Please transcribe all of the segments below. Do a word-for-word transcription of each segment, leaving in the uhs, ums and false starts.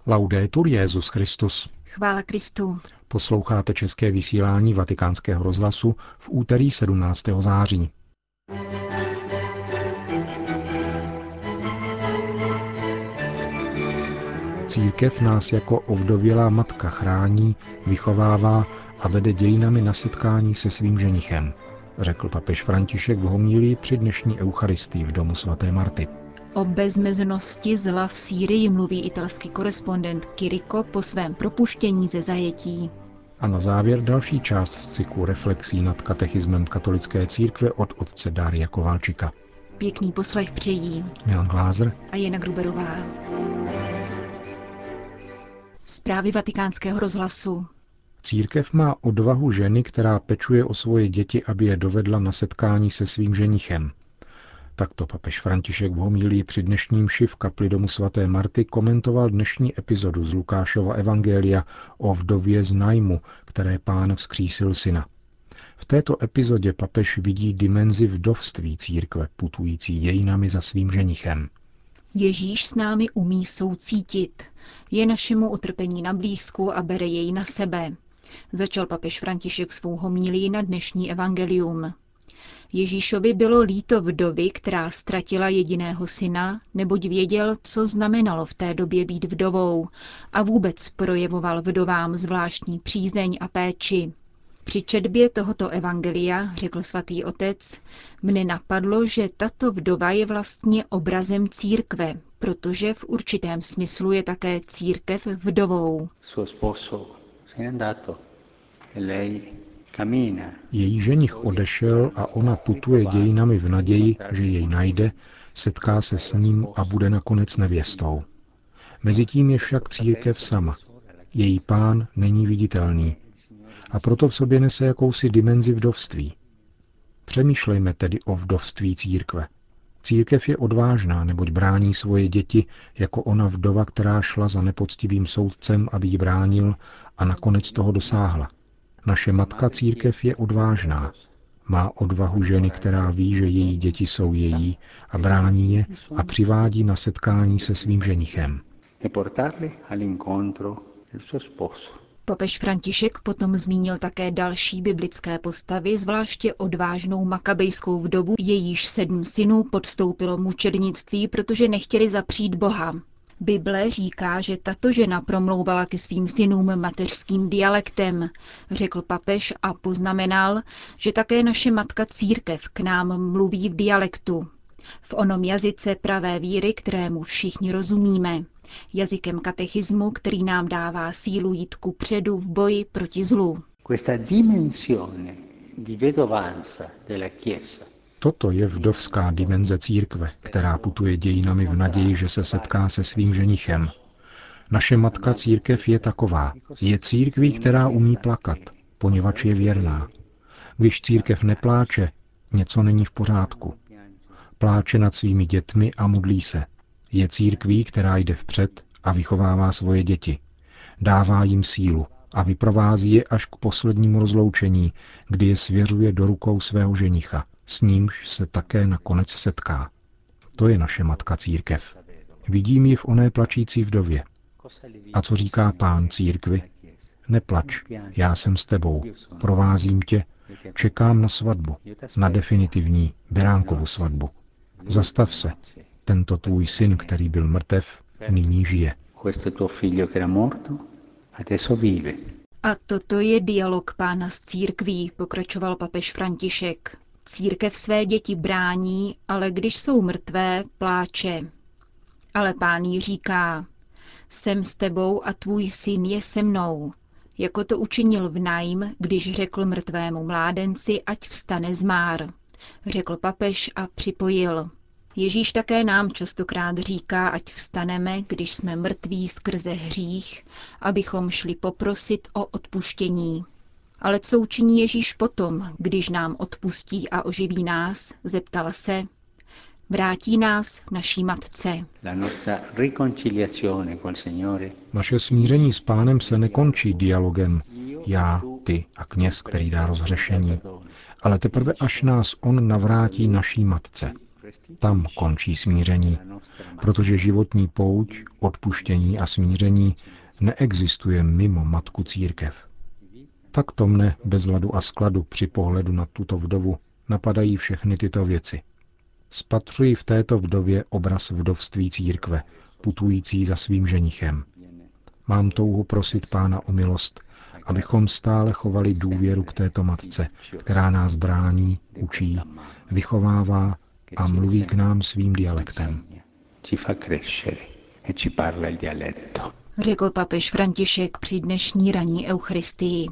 Laudetur Jesus Christus. Chvála Kristu. Posloucháte české vysílání Vatikánského rozhlasu v úterý sedmnáctého září. Církev nás jako ovdovělá matka chrání, vychovává a vede dějinami na setkání se svým ženichem, řekl papež František v homílii při dnešní eucharistii v domu svaté Marty. O bezmeznosti zla v Sýrii mluví italský korespondent Chirico po svém propuštění ze zajetí. A na závěr další část z cyklu reflexí nad katechismem katolické církve od otce Daria Kovalčika. Pěkný poslech přejí Milan Glázer a Jana Gruberová. Zprávy Vatikánského rozhlasu. Církev má odvahu ženy, která pečuje o svoje děti, aby je dovedla na setkání se svým ženichem. Takto papež František v homílii při dnešním mši v kapli domu svaté Marty komentoval dnešní epizodu z Lukášova evangelia o vdově z Najmu, které Pán vzkřísil syna. V této epizodě papež vidí dimenzi vdovství církve, putující dějinami za svým ženichem. Ježíš s námi umí soucítit. Je našemu utrpení na blízku a bere jej na sebe. Začal papež František svou homílii na dnešní evangelium. Ježíšovi bylo líto vdovy, která ztratila jediného syna, neboť věděl, co znamenalo v té době být vdovou a vůbec projevoval vdovám zvláštní přízeň a péči. Při četbě tohoto evangelia, řekl svatý otec, mne napadlo, že tato vdova je vlastně obrazem církve, protože v určitém smyslu je také církev vdovou. Její ženich odešel a ona putuje dějinami v naději, že jej najde, setká se s ním a bude nakonec nevěstou. Mezitím je však církev sama. Její Pán není viditelný a proto v sobě nese jakousi dimenzi vdovství. Přemýšlejme tedy o vdovství církve. Církev je odvážná, neboť brání svoje děti, jako ona vdova, která šla za nepoctivým soudcem, aby ji bránil a nakonec toho dosáhla. Naše matka církev je odvážná. Má odvahu ženy, která ví, že její děti jsou její a brání je a přivádí na setkání se svým ženichem. Papež František potom zmínil také další biblické postavy, zvláště odvážnou makabejskou vdovu, jejíž sedm synů podstoupilo mučednictví, protože nechtěli zapřít Boha. Bible říká, že tato žena promlouvala ke svým synům mateřským dialektem, řekl papež a poznamenal, že také naše matka církev k nám mluví v dialektu. V onom jazyce pravé víry, kterému všichni rozumíme. Jazykem katechismu, který nám dává sílu jít ku předu v boji proti zlu. Toto je vdovská dimenze církve, která putuje dějinami v naději, že se setká se svým ženichem. Naše matka církev je taková. Je církví, která umí plakat, poněvadž je věrná. Když církev nepláče, něco není v pořádku. Pláče nad svými dětmi a modlí se. Je církví, která jde vpřed a vychovává svoje děti. Dává jim sílu a vyprovází je až k poslednímu rozloučení, kdy je svěřuje do rukou svého ženicha. S nímž se také nakonec setká. To je naše matka církev. Vidím ji v oné plačící vdově. A co říká Pán církvi? Neplač, já jsem s tebou, provázím tě, čekám na svatbu, na definitivní beránkovu svatbu. Zastav se, tento tvůj syn, který byl mrtev, nyní žije. A toto je dialog Pána s církví, pokračoval papež František. Církev své děti brání, ale když jsou mrtvé, pláče. Ale Pán jí říká, jsem s tebou a tvůj syn je se mnou, jako to učinil v Najm, když řekl mrtvému mládenci, ať vstane z már. Řekl papež a připojil. Ježíš také nám častokrát říká, ať vstaneme, když jsme mrtví skrze hřích, abychom šli poprosit o odpuštění. Ale co učiní Ježíš potom, když nám odpustí a oživí nás, zeptala se, vrátí nás naší matce. Naše smíření s Pánem se nekončí dialogem já, ty a kněz, který dá rozhřešení, ale teprve až nás on navrátí naší matce. Tam končí smíření, protože životní pouť, odpuštění a smíření neexistuje mimo Matku Církev. Tak to mne bez ladu a skladu při pohledu na tuto vdovu napadají všechny tyto věci. Spatřuji v této vdově obraz vdovství církve, putující za svým ženichem. Mám touhu prosit Pána o milost, abychom stále chovali důvěru k této matce, která nás brání, učí, vychovává a mluví k nám svým dialektem. Řekl papež František při dnešní ranní eucharistii.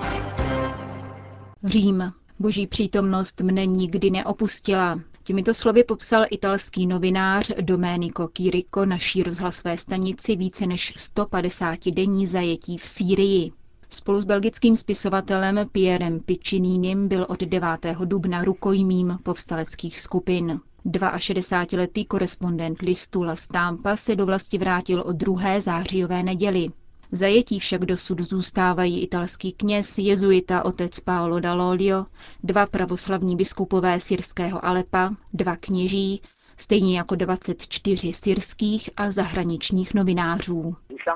Řím. Boží přítomnost mne nikdy neopustila. Těmito slovy popsal italský novinář Domenico Chirico naší rozhlasové stanici více než sto padesáti denní zajetí v Sýrii. Spolu s belgickým spisovatelem Pierrem Piccininem byl od devátého dubna rukojmím povstaleckých skupin. šedesátiletý korespondent listu La Stampa se do vlasti vrátil o druhé zářijové neděli. V zajetí však dosud zůstávají italský kněz, jezuita otec Paolo Dall'Olio, dva pravoslavní biskupové syrského Alepa, dva kněží, stejně jako dvacet čtyři syrských a zahraničních novinářů.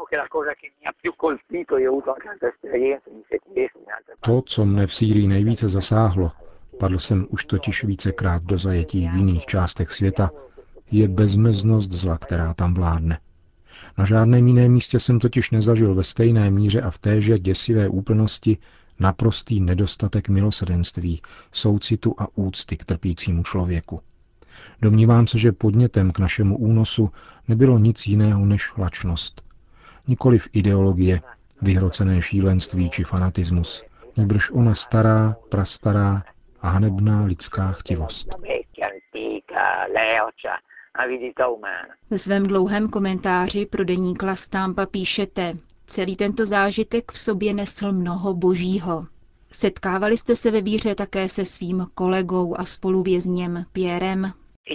To, co mne v Sýrii nejvíce zasáhlo, padl jsem už totiž vícekrát do zajetí v jiných částech světa, je bezmeznost zla, která tam vládne. Na žádném jiném místě jsem totiž nezažil ve stejné míře a v téže děsivé úplnosti naprostý nedostatek milosrdenství, soucitu a úcty k trpícímu člověku. Domnívám se, že podnětem k našemu únosu nebylo nic jiného než lačnost. Nikoliv ideologie, vyhrocené šílenství či fanatismus, nýbrž ona stará, prastará a hanebná lidská chtivost. Ve svém dlouhém komentáři pro deník La Stampa píšete: celý tento zážitek v sobě nesl mnoho božího. Setkávali jste se ve víře také se svým kolegou a spoluvězněm Pierrem?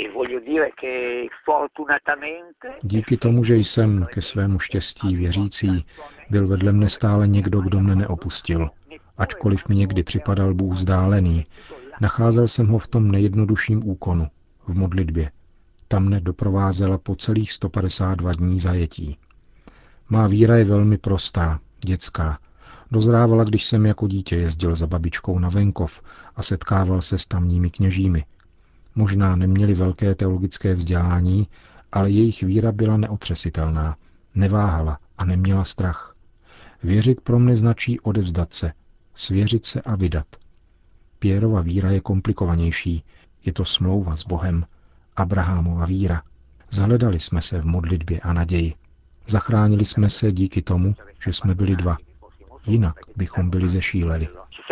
Díky tomu, že jsem ke svému štěstí věřící, byl vedle mne stále někdo, kdo mne neopustil. Ačkoliv mi někdy připadal Bůh vzdálený, nacházel jsem ho v tom nejjednodušším úkonu, v modlitbě. Ta mne doprovázela po celých sto padesát dva dní zajetí. Má víra je velmi prostá, dětská. Dozrávala, když jsem jako dítě jezdil za babičkou na venkov a setkával se s tamními kněžími. Možná neměli velké teologické vzdělání, ale jejich víra byla neotřesitelná, neváhala a neměla strach. Věřit pro mne značí odevzdat se, svěřit se a vydat. Pierrova víra je komplikovanější, je to smlouva s Bohem, Abrahamova víra. Zahledali jsme se v modlitbě a naději. Zachránili jsme se díky tomu, že jsme byli dva. Jinak bychom byli zešíleli.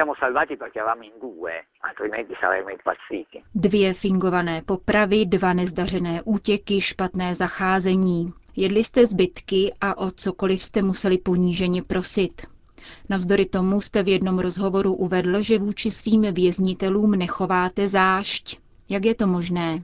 Dvě fingované popravy, dva nezdařené útěky, špatné zacházení. Jedli jste zbytky a o cokoliv jste museli poníženě prosit. Navzdory tomu jste v jednom rozhovoru uvedl, že vůči svým věznitelům nechováte zášť. Jak je to možné?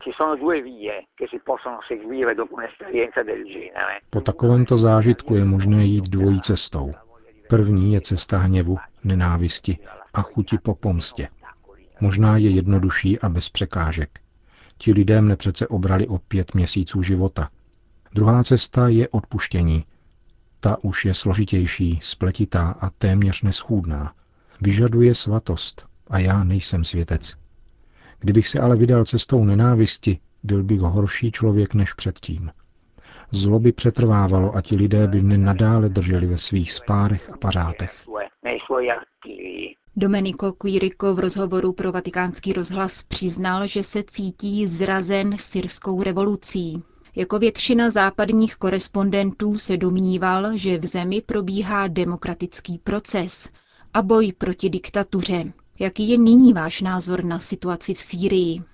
Po takovémto zážitku je možné jít dvojí cestou. První je cesta hněvu, nenávisti a chuti po pomstě. Možná je jednodušší a bez překážek. Ti lidé mne přece obrali o pět měsíců života. Druhá cesta je odpuštění. Ta už je složitější, spletitá a téměř neschůdná. Vyžaduje svatost a já nejsem světec. Kdybych se ale vydal cestou nenávisti, byl bych horší člověk než předtím. Zlo by přetrvávalo a ti lidé by mne nadále drželi ve svých spárech a pařátech. Domenico Chirico v rozhovoru pro Vatikánský rozhlas přiznal, že se cítí zrazen syrskou revolucí. Jako většina západních korespondentů se domníval, že v zemi probíhá demokratický proces a boj proti diktatuře. Jaký je nyní váš názor na situaci v Sýrii?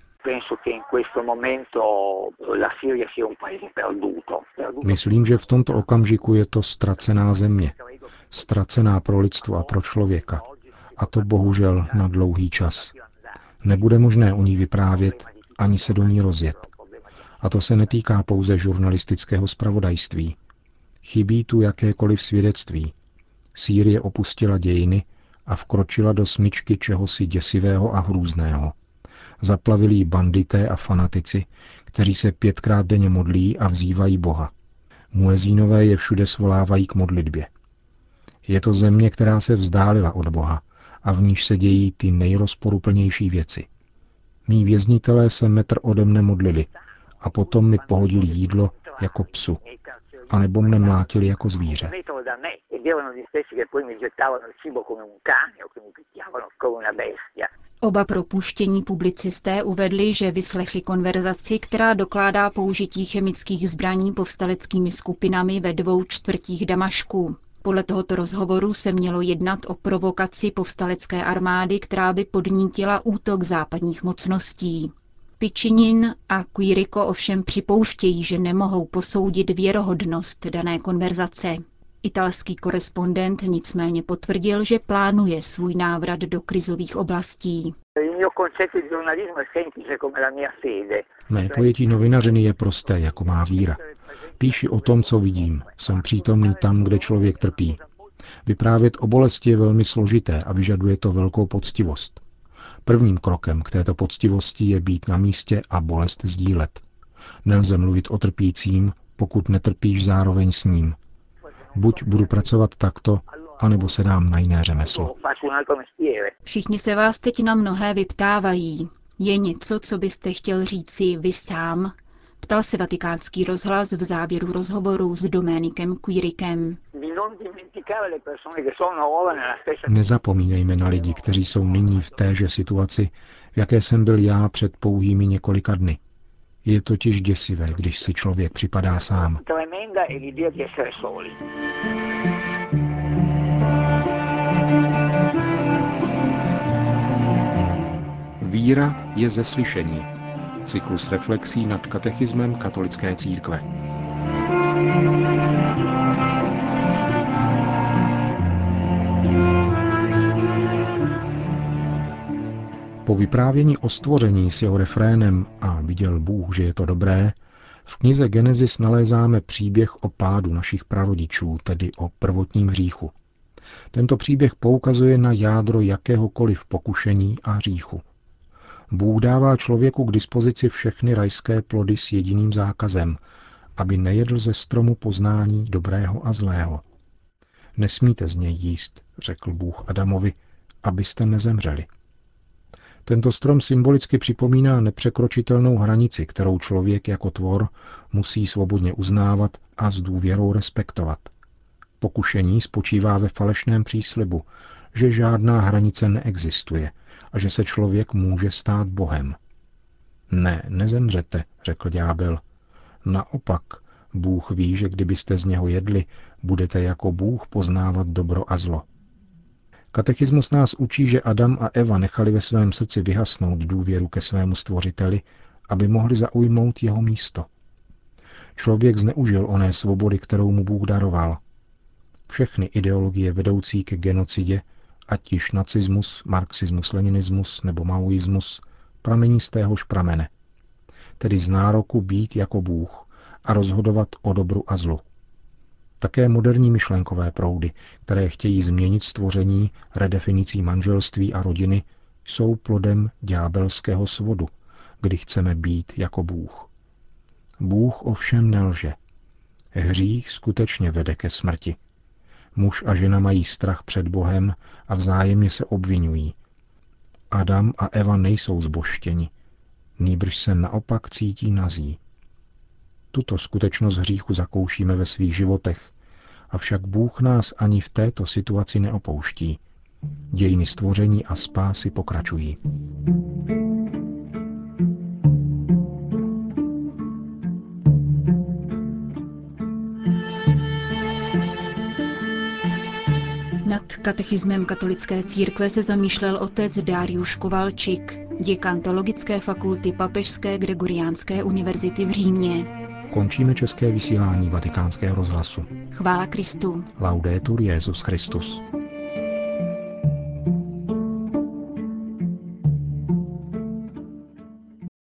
Myslím, že v tomto okamžiku je to ztracená země. Ztracená pro lidstvo a pro člověka. A to bohužel na dlouhý čas. Nebude možné o ní vyprávět, ani se do ní rozjet. A to se netýká pouze žurnalistického zpravodajství. Chybí tu jakékoliv svědectví. Sýrie opustila dějiny a vkročila do smyčky čehosi děsivého a hrůzného. Zaplavili ji bandité a fanatici, kteří se pětkrát denně modlí a vzývají Boha. Muezínové je všude svolávají k modlitbě. Je to země, která se vzdálila od Boha a v níž se dějí ty nejrozporuplnější věci. Mí věznitelé se metr ode mne modlili a potom mi pohodili jídlo jako psu, anebo mne mlátili jako zvíře. Oba propuštění publicisté uvedli, že vyslechli konverzaci, která dokládá použití chemických zbraní povstaleckými skupinami ve dvou čtvrtích Damašku. Podle tohoto rozhovoru se mělo jednat o provokaci povstalecké armády, která by podnítila útok západních mocností. Pičinin a Quirico ovšem připouštějí, že nemohou posoudit věrohodnost dané konverzace. Italský korespondent nicméně potvrdil, že plánuje svůj návrat do krizových oblastí. Mé pojetí novinařiny je prosté, jako má víra. Píši o tom, co vidím. Jsem přítomný tam, kde člověk trpí. Vyprávět o bolesti je velmi složité a vyžaduje to velkou poctivost. Prvním krokem k této poctivosti je být na místě a bolest sdílet. Nelze mluvit o trpícím, pokud netrpíš zároveň s ním. Buď budu pracovat takto, anebo se dám na jiné řemeslo. Všichni se vás teď na mnohé vyptávají. Je něco, co byste chtěl říci vy sám? Ptal se Vatikánský rozhlas v závěru rozhovoru s Domenikem Quiricem. Nezapomínejme na lidi, kteří jsou nyní v téže situaci, v jaké jsem byl já před pouhými několika dny. Je totiž děsivé, když si člověk připadá sám. Víra je ze slyšení. Cyklus reflexí nad katechismem katolické církve. Po vyprávění o stvoření s jeho refrénem a viděl Bůh, že je to dobré, v knize Genesis nalézáme příběh o pádu našich prarodičů, tedy o prvotním hříchu. Tento příběh poukazuje na jádro jakéhokoliv pokušení a hříchu. Bůh dává člověku k dispozici všechny rajské plody s jediným zákazem, aby nejedl ze stromu poznání dobrého a zlého. Nesmíte z něj jíst, řekl Bůh Adamovi, abyste nezemřeli. Tento strom symbolicky připomíná nepřekročitelnou hranici, kterou člověk jako tvor musí svobodně uznávat a s důvěrou respektovat. Pokušení spočívá ve falešném příslibu, že žádná hranice neexistuje a že se člověk může stát Bohem. Ne, nezemřete, řekl ďábel. Naopak, Bůh ví, že kdybyste z něho jedli, budete jako Bůh poznávat dobro a zlo. Katechismus nás učí, že Adam a Eva nechali ve svém srdci vyhasnout důvěru ke svému stvořiteli, aby mohli zaujmout jeho místo. Člověk zneužil oné svobody, kterou mu Bůh daroval. Všechny ideologie vedoucí ke genocidě, ať již nacismus, marxismus, leninismus nebo maoismus, pramení z téhož pramene. Tedy z nároku být jako Bůh a rozhodovat o dobru a zlu. Také moderní myšlenkové proudy, které chtějí změnit stvoření redefinicí manželství a rodiny, jsou plodem ďábelského svodu, kdy chceme být jako Bůh. Bůh ovšem nelže. Hřích skutečně vede ke smrti. Muž a žena mají strach před Bohem a vzájemně se obvinují. Adam a Eva nejsou zbožštěni, nýbrž se naopak cítí nazí. Tuto skutečnost hříchu zakoušíme ve svých životech, avšak Bůh nás ani v této situaci neopouští. Dějiny stvoření a spásy pokračují. Nad katechismem katolické církve se zamýšlel otec Dariusz Kowalczyk, děkan teologické fakulty Papežské Gregoriánské univerzity v Římě. Končíme české vysílání Vatikánského rozhlasu. Chvála Kristu. Laudetur Jesus Christus.